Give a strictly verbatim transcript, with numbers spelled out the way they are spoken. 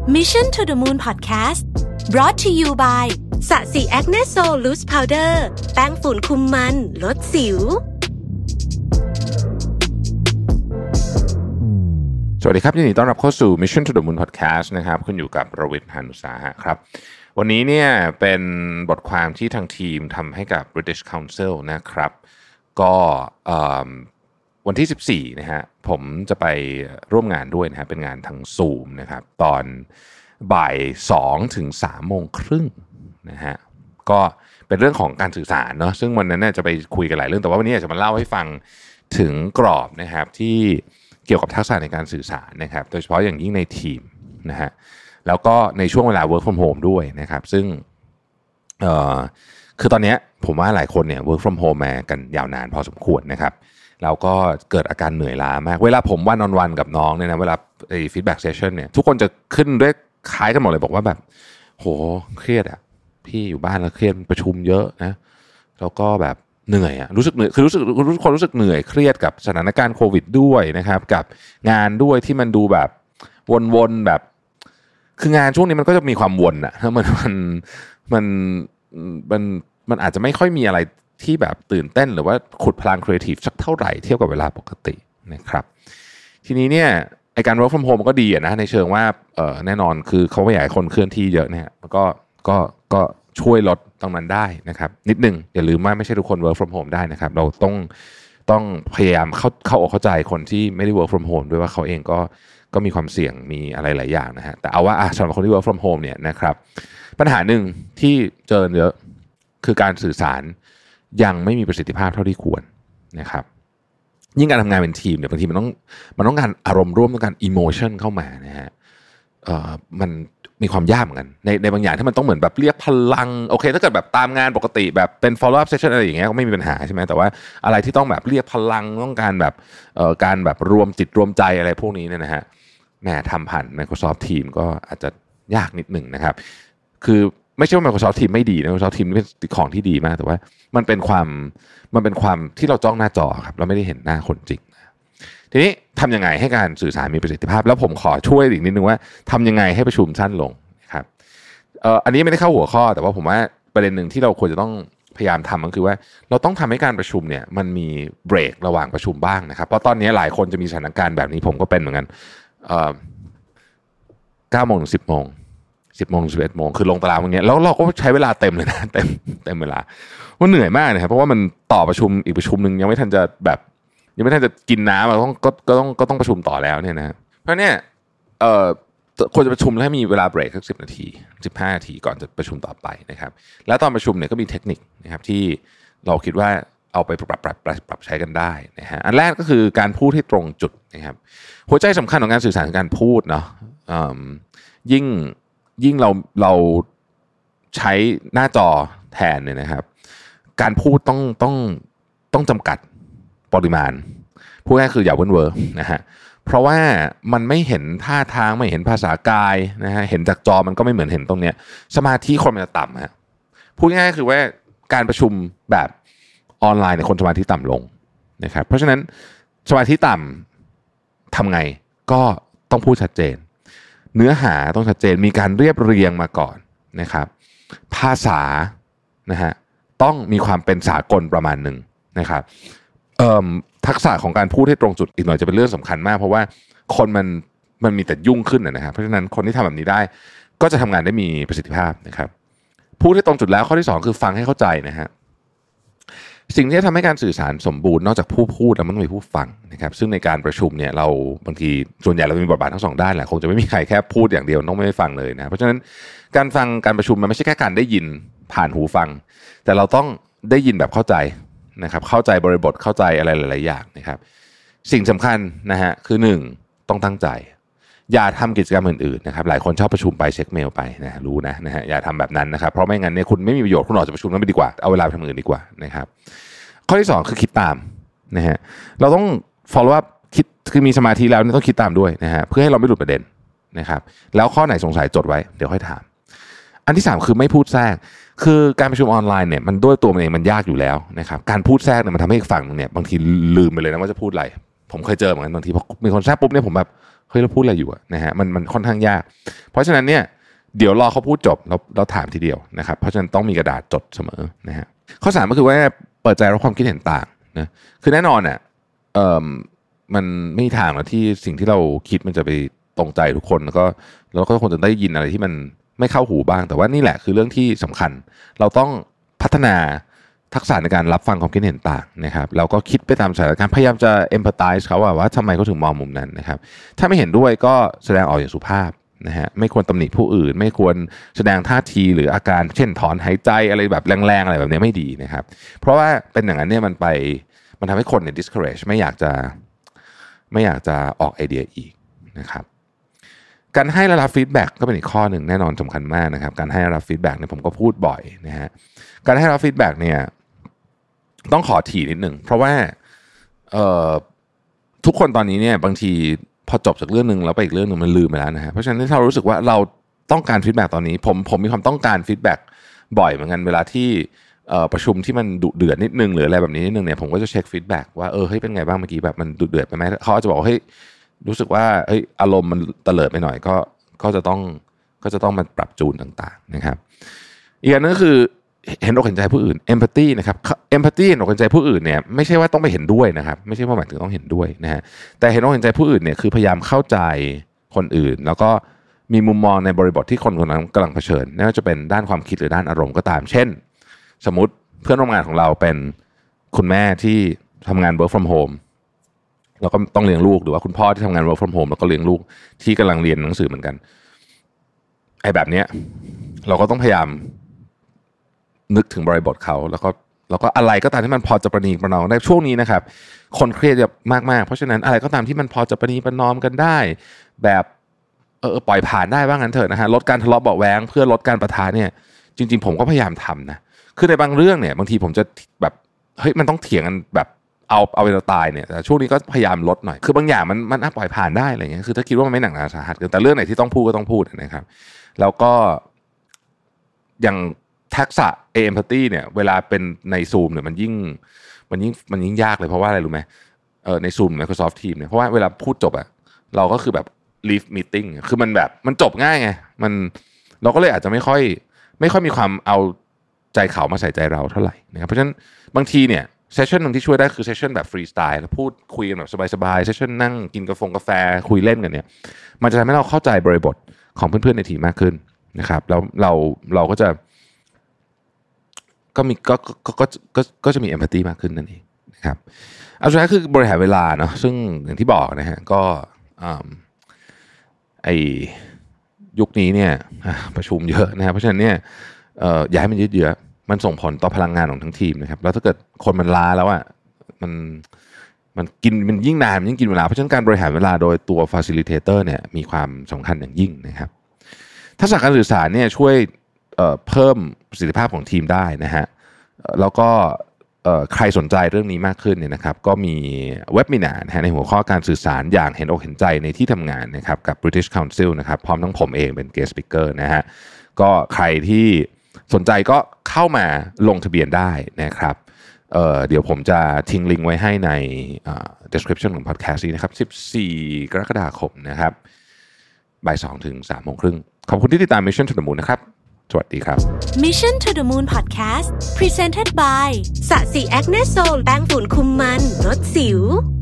Mission to the Moon Podcast brought to you by สะสีแอคเนสโซลูสพาวเดอร์แป้งฝุ่นคุมมันลดสิวสวัสดีครับยินดีต้อนรับเข้าสู่ Mission to the Moon Podcast นะครับคุณอยู่กับรวิทย์ หาญอุตสาหะครับวันนี้เนี่ยเป็นบทความที่ทางทีมทำให้กับ British Council นะครับก็วันที่สิบสี่นะฮะผมจะไปร่วมงานด้วยนะฮะเป็นงานทาง Zoom นะครับตอนบ่ายสองถึงสามโมงครึ่งนะฮะก็เป็นเรื่องของการสื่อสารเนาะซึ่งวันนั้นเนี่ยจะไปคุยกันหลายเรื่องแต่ว่าวันนี้อยากจะมาเล่าให้ฟังถึงกรอบนะครับที่เกี่ยวกับทักษะในการสื่อสารนะครับโดยเฉพาะอย่างยิ่งในทีมนะฮะแล้วก็ในช่วงเวลา work from home ด้วยนะครับซึ่งเอ่อคือตอนนี้ผมว่าหลายคนเนี่ย work from home มากันยาวนานพอสมควรนะครับแล้วก็เกิดอาการเหนื่อยล้ามากเวลาผมวันออนวันกับน้องเนี่ยนะเวลาไอ้ feedback session เนี่ยทุกคนจะขึ้นด้วยคล้ายกันหมดเลยบอกว่าแบบโหเครียดอ่ะพี่อยู่บ้านแล้วเครียดประชุมเยอะนะแล้วก็แบบเหนื่อยอ่ะรู้สึกเหนื่อยคือรู้สึกรู้คนรู้สึกเหนื่อยเครียดกับสถานการณ์โควิดด้วยนะครับกับงานด้วยที่มันดูแบบวนๆแบบคืองานช่วงนี้มันก็จะมีความวนอ่ะมันมันมันมันมันอาจจะไม่ค่อยมีอะไรที่แบบตื่นเต้นหรือว่าขุดพลังครีเอทีฟสักเท่าไหร่เทียบกับเวลาปกตินะครับทีนี้เนี่ยไอการ work from home มันก็ดีอะนะในเชิงว่าเออแน่นอนคือเขาไม่อยากให้คนเคลื่อนที่เยอะเนี่ยมันก็ก็ก็ช่วยลดตรงนั้นได้นะครับนิดนึงอย่าลืมว่าไม่ใช่ทุกคน work from home ได้นะครับเราต้องต้องพยายามเข้าเข้าอกเข้าใจคนที่ไม่ได้ work from home ด้วยว่าเขาเองก็ก็มีความเสี่ยงมีอะไรหลายอย่างนะฮะแต่เอาว่าสำหรับคนที่ work from home เนี่ยนะครับปัญหาหนึ่งที่เจอเยอะคือการสื่อสารยังไม่มีประสิทธิภาพเท่าที่ควรนะครับยิ่งการทำงานเป็นทีมเนี่ยบางทีมันต้องมันต้องการอารมณ์ร่วมต้องการอิโมชันเข้ามานะฮะเอ่อมันมีความยากเหมือนกันในในบางอย่างที่มันต้องเหมือนแบบเรียกพลังโอเคถ้าเกิดแบบตามงานปกติแบบเป็น follow up session อะไรอย่างเงี้ยก็ไม่มีปัญหาใช่ไหมแต่ว่าอะไรที่ต้องแบบเรียกพลังต้องการแบบเอ่อการแบบรวมจิตรวมใจอะไรพวกนี้เนี่ยนะฮะแหมทำผ่าน Microsoft Teams ก็อาจจะยากนิดหนึ่งนะครับคือไม่ใช่ว่า Microsoft Teams ไม่ดีนะ Microsoft Teams เป็นของที่ดีมากแต่ว่ามันเป็นความมันเป็นความที่เราจ้องหน้าจอครับเราไม่ได้เห็นหน้าคนจริงทีนี้ทำยังไงให้การสื่อสารมีประสิทธิภาพแล้วผมขอช่วยอีกนิดนึงว่าทำยังไงให้ประชุมสั้นลงนะครับเอ่ออันนี้ไม่ได้เข้าหัวข้อแต่ว่าผมว่าประเด็นหนึ่งที่เราควรจะต้องพยายามทำก็คือว่าเราต้องทำให้การประชุมเนี่ยมันมีเบรกระหว่างประชุมบ้างนะครับเพราะตอนนี้หลายคนจะมีสถานการณ์แบบนี้ผมก็เป็นเหมือนกันเอ่อเก้าโมงถึงสิบโมงสิบโมงสิบเอ็ดโมงคือลงตารางอย่างเงี้ยแล้วเราก็ใช้เวลาเต็มเลยนะเต็มเต็มเวลาว่าเหนื่อยมากนะครับเพราะว่ามันต่อประชุมอีกประชุมนึงยังไม่ทันจะแบบยังไม่ทันจะกินน้ำเราต้องก็ก็ต้องก็ต้องประชุมต่อแล้วเนี่ยนะเพราะเนี่ยเอ่อควรจะประชุมให้มีเวลาเบรกสักสิบนาทีสิบห้านาทีก่อนจะประชุมต่อไปนะครับแล้วตอนประชุมเนี่ยก็มีเทคนิคนะครับที่เราคิดว่าเอาไปปรับปรับปรับปรับใช้กันได้นะฮะอันแรกก็คือการพูดให้ตรงจุดนะครับหัวใจสำคัญของการสื่อสารคือการพูดเนาะยิ่งยิ่งเราเราใช้หน้าจอแทนเนี่ยนะครับการพูดต้องต้องต้องจำกัดปริมาณพูดง่ายคืออย่าเว่นเวอร์นะฮะเพราะว่ามันไม่เห็นท่าทางไม่เห็นภาษากายนะฮะเห็นจากจอมันก็ไม่เหมือนเห็นตรงเนี้ยสมาธิคนมันจะต่ำฮะพูดง่ายคือว่าการประชุมแบบออนไลน์เนี่ยคนสมาธิต่ำลงนะครับเพราะฉะนั้นสมาธิต่ำทำไงก็ต้องพูดชัดเจนเนื้อหาต้องชัดเจนมีการเรียบเรียงมาก่อนนะครับภาษานะฮะต้องมีความเป็นสากลประมาณหนึ่งนะครับเอ่อทักษะของการพูดให้ตรงจุดอีกหน่อยจะเป็นเรื่องสำคัญมากเพราะว่าคนมันมันมีแต่ยุ่งขึ้นนะครับเพราะฉะนั้นคนที่ทำแบบนี้ได้ก็จะทำงานได้มีประสิทธิภาพนะครับพูดให้ตรงจุดแล้วข้อที่สองคือฟังให้เข้าใจนะฮะสิ่งที่จะทำให้การสื่อสารสมบูรณ์นอกจากผู้พูดแล้วมันต้องมีผู้ฟังนะครับซึ่งในการประชุมเนี่ยเราบางทีส่วนใหญ่เรามีบทบาททั้งสองด้านแหละคงจะไม่มีใครแค่พูดอย่างเดียวต้องไม่ฟังเลยนะเพราะฉะนั้นการฟังการประชุมมันไม่ใช่แค่การได้ยินผ่านหูฟังแต่เราต้องได้ยินแบบเข้าใจนะครับเข้าใจบริบทเข้าใจอะไรหลายๆอย่างนะครับสิ่งสำคัญนะฮะคือหนึ่งต้องตั้งใจอย่าทำกิจกรรมอื่นๆนะครับหลายคนชอบประชุมไปเช็คเมลไปนะรู้นะนะฮะอย่าทำแบบนั้นนะครับเพราะไม่งั้นเนี่ยคุณไม่มีประโยชน์คุณออกจากประชุมนั้นไปดีกว่าเอาเวลาไปทำอื่นดีกว่านะครับข้อที่สองคือคิดตามนะฮะเราต้อง follow up คิดคือมีสมาธิแล้วต้องคิดตามด้วยนะฮะเพื่อให้เราไม่หลุดประเด็นนะครับแล้วข้อไหนสงสัยจดไว้เดี๋ยวค่อยถามอันที่สามคือไม่พูดแทรกคือการประชุมออนไลน์เนี่ยมันด้วยตัวมันเองมันยากอยู่แล้วนะครับการพูดแทรกเนี่ยมันทำให้อีกฝั่งนึงเนี่ยบางทีลืมไปเลยนะว่าจะพูดอะไรผมเคยเจอเหมือนกันบางทีพอมีคนแทรกปุ๊บเนี่ยผมแบบเฮ้ยเราพูดอะไรอยู่อะนะฮะมันมันค่อนข้างยากเพราะฉะนั้นเนี่ยเดี๋ยวรอเขาพูดจบแล้วเราถามทีเดียวนะครับเพราะฉะนั้นต้องมีกระดาษจดเสมอนะฮะข้อสามก็คือว่าเปิดใจรับความคิดเห็นต่างนะคือแน่นอนอ่ะเอ่อมันไม่มีทางหรอกที่สิ่งที่เราคิดมันจะไปตรงใจทุกคนแล้วก็เราก็คงจะได้ยินอะไรที่มันไม่เข้าหูบ้างแต่ว่านี่แหละคือเรื่องที่สำคัญเราต้องพัฒนาทักษะในการรับฟังความคิดเห็นต่างนะครับเราก็คิดไปตามสถานการณ์พยายามจะ empathize เขาว่าว่าทำไมเขาถึงมองมุมนั้นนะครับถ้าไม่เห็นด้วยก็แสดงออกอย่างสุภาพนะฮะไม่ควรตำหนิผู้อื่นไม่ควรแสดงท่าทีหรืออาการเช่นถอนหายใจอะไรแบบแรงๆอะไรแบบนี้ไม่ดีนะครับเพราะว่าเป็นอย่างนั้นเนี่ยมันไปมันทำให้คนเนี่ย discourage ไม่อยากจะไม่อยากจะออกไอเดียอีกนะครับการให้และรับฟีดแบ็กก็เป็นอีกข้อหนึ่งแน่นอนสำคัญมากนะครับการให้รับฟีดแบ็กเนี่ยผมก็พูดบ่อยนะฮะการให้รับฟีดแบ็กเนี่ยต้องขอถี่นิดหนึ่งเพราะว่าเอ่อทุกคนตอนนี้เนี่ยบางทีพอจบจากเรื่องนึงแล้วไปอีกเรื่องนึงมันลืมไปแล้วนะฮะเพราะฉะนั้นถ้าเรารู้สึกว่าเราต้องการฟีดแบ็กตอนนี้ผมผมมีความต้องการฟีดแบ็กบ่อยเหมือนกันเวลาที่เอ่อประชุมที่มันดุเดือดนิดนึงหรืออะไรแบบนี้นิดนึงเนี่ยผมก็จะเช็คฟีดแบ็กว่าเออเฮ้ยเป็นไงบ้างเมื่อกี้แบบมันดุเดือดไปไหมเขาจะบอกว่าเฮ้ยรู้สึกว่าเฮ้ยอารมณ์มันเตลิดไปหน่อยก็ก็จะต้องก็จะต้องมาปรับจูนต่างๆนะครับอีกอันนึงก็คือเห็นอกเห็นใจผู้อื่น empathy นะครับ empathy เห็นอกเห็นใจผู้อื่นเนี่ยไม่ใช่ว่าต้องไปเห็นด้วยนะครับไม่ใช่ว่าหมายถึงต้องเห็นด้วยนะฮะแต่เห็นอกเห็นใจผู้อื่นเนี่ยคือพยายามเข้าใจคนอื่นแล้วก็มีมุมมองในบริบทที่คนคนนั้นกำลังเผชิญไม่ว่าจะเป็นด้านความคิดหรือด้านอารมณ์ก็ตามเช่นสมมุติเพื่อนร่วมงานของเราเป็นคุณแม่ที่ทำงาน work from home แล้วก็ต้องเลี้ยงลูกหรือว่าคุณพ่อที่ทำงาน work from home แล้วก็เลี้ยงลูกที่กำลังเรียนหนังสือเหมือนกันไอ้แบบเนี้ยเราก็ต้องพยายามนึกถึงบริบทเขาแล้วก็แล้วก็อะไรก็ตามที่มันพอจะประนีประนอมได้ช่วงนี้นะครับคนเครียดเยอะมากๆเพราะฉะนั้นอะไรก็ตามที่มันพอจะประนีประนอมกันได้แบบเออปล่อยผ่านได้ว่างั้นเถอะนะฮะลดการทะเลาะเบาะแว้งเพื่อลดการปะทะเนี่ยจริงๆผมก็พยายามทำนะคือในบางเรื่องเนี่ยบางทีผมจะแบบเฮ้ยมันต้องเถียงกันแบบเอาเอาไปเราตายเนี่ยแต่ช่วงนี้ก็พยายามลดหน่อยคือบางอย่างมันมันปล่อยผ่านได้อะไรเงี้ยคือถ้าคิดว่ามันไม่หนักหนาสาหัสแต่เรื่องไหนที่ต้องพูดก็ต้องพูดนะครับแล้วก็อย่างทักษะ empathy เนี่ยเวลาเป็นใน Zoom เนี่ยมันยิ่งมันยิ่งมันยิ่งยากเลยเพราะว่าอะไรรู้ไหมเออใน Zoom Microsoft Teams เนี่ยเพราะว่าเวลาพูดจบอะเราก็คือแบบ leave meeting คือมันแบบมันจบง่ายไงมันเราก็เลยอาจจะไม่ค่อยไม่ค่อยมีความเอาใจเขามาใส่ใจเราเท่าไหร่นะครับเพราะฉะนั้นบางทีเนี่ยเซสชั่นนึงที่ช่วยได้คือเซสชั่นแบบฟรีสไตล์แล้วพูดคุยกันแบบสบายๆเซสชั่นนั่งกินกาแฟกาแฟคุยเล่นกันเนี่ยมันจะทำให้เราเข้าใจบริบทของเพื่อนๆในทีมมากขึ้นนะครับแล้วเราเราก็จะก็มีก็ก็ก็ก็ก็จะมี empathy มากขึ้นนั่นเองนะครับเอาสุดท้ายคือบริหารเวลาเนาะซึ่งอย่างที่บอกนะฮะก็ไอยุคนี้เนี่ยประชุมเยอะนะครับเพราะฉะนั้นเนี่ยอย่าให้มันยืดเยื้อมันส่งผลต่อพลังงานของทั้งทีมนะครับแล้วถ้าเกิดคนมันล้าแล้วอ่ะมันมันกินมันยิ่งนานมันยิ่งกินเวลาเพราะฉะนั้นการบริหารเวลาโดยตัว facilitator เนี่ยมีความสำคัญอย่างยิ่งนะครับทักษะการสื่อสารเนี่ยช่วยเอ่อเพิ่มประสิทธิภาพของทีมได้นะฮะแล้วก็เอ่อใครสนใจเรื่องนี้มากขึ้นเนี่ยนะครับก็มีเว็บมินาร์นะฮะในหัวข้อการสื่อสารอย่างเห็นอกเห็นใจในที่ทำงานนะครับกับ British Council นะครับพร้อมทั้งผมเองเป็น guest speaker นะฮะก็ใครที่สนใจก็เข้ามาลงทะเบียนได้นะครับ เอ่อเดี๋ยวผมจะทิ้งลิงก์ไว้ให้ใน description ของ podcast นี้นะครับสิบสี่กรกฎาคมนะครับบ่ายสองถึงสามโมงครึ่งขอบคุณที่ติดตาม Mission to the Moon นะครับสวัสดีครับ Mission to the Moon Podcast Presented by สะสีแอคเนสโซลแป้งฝุ่นคุมมันลดสิว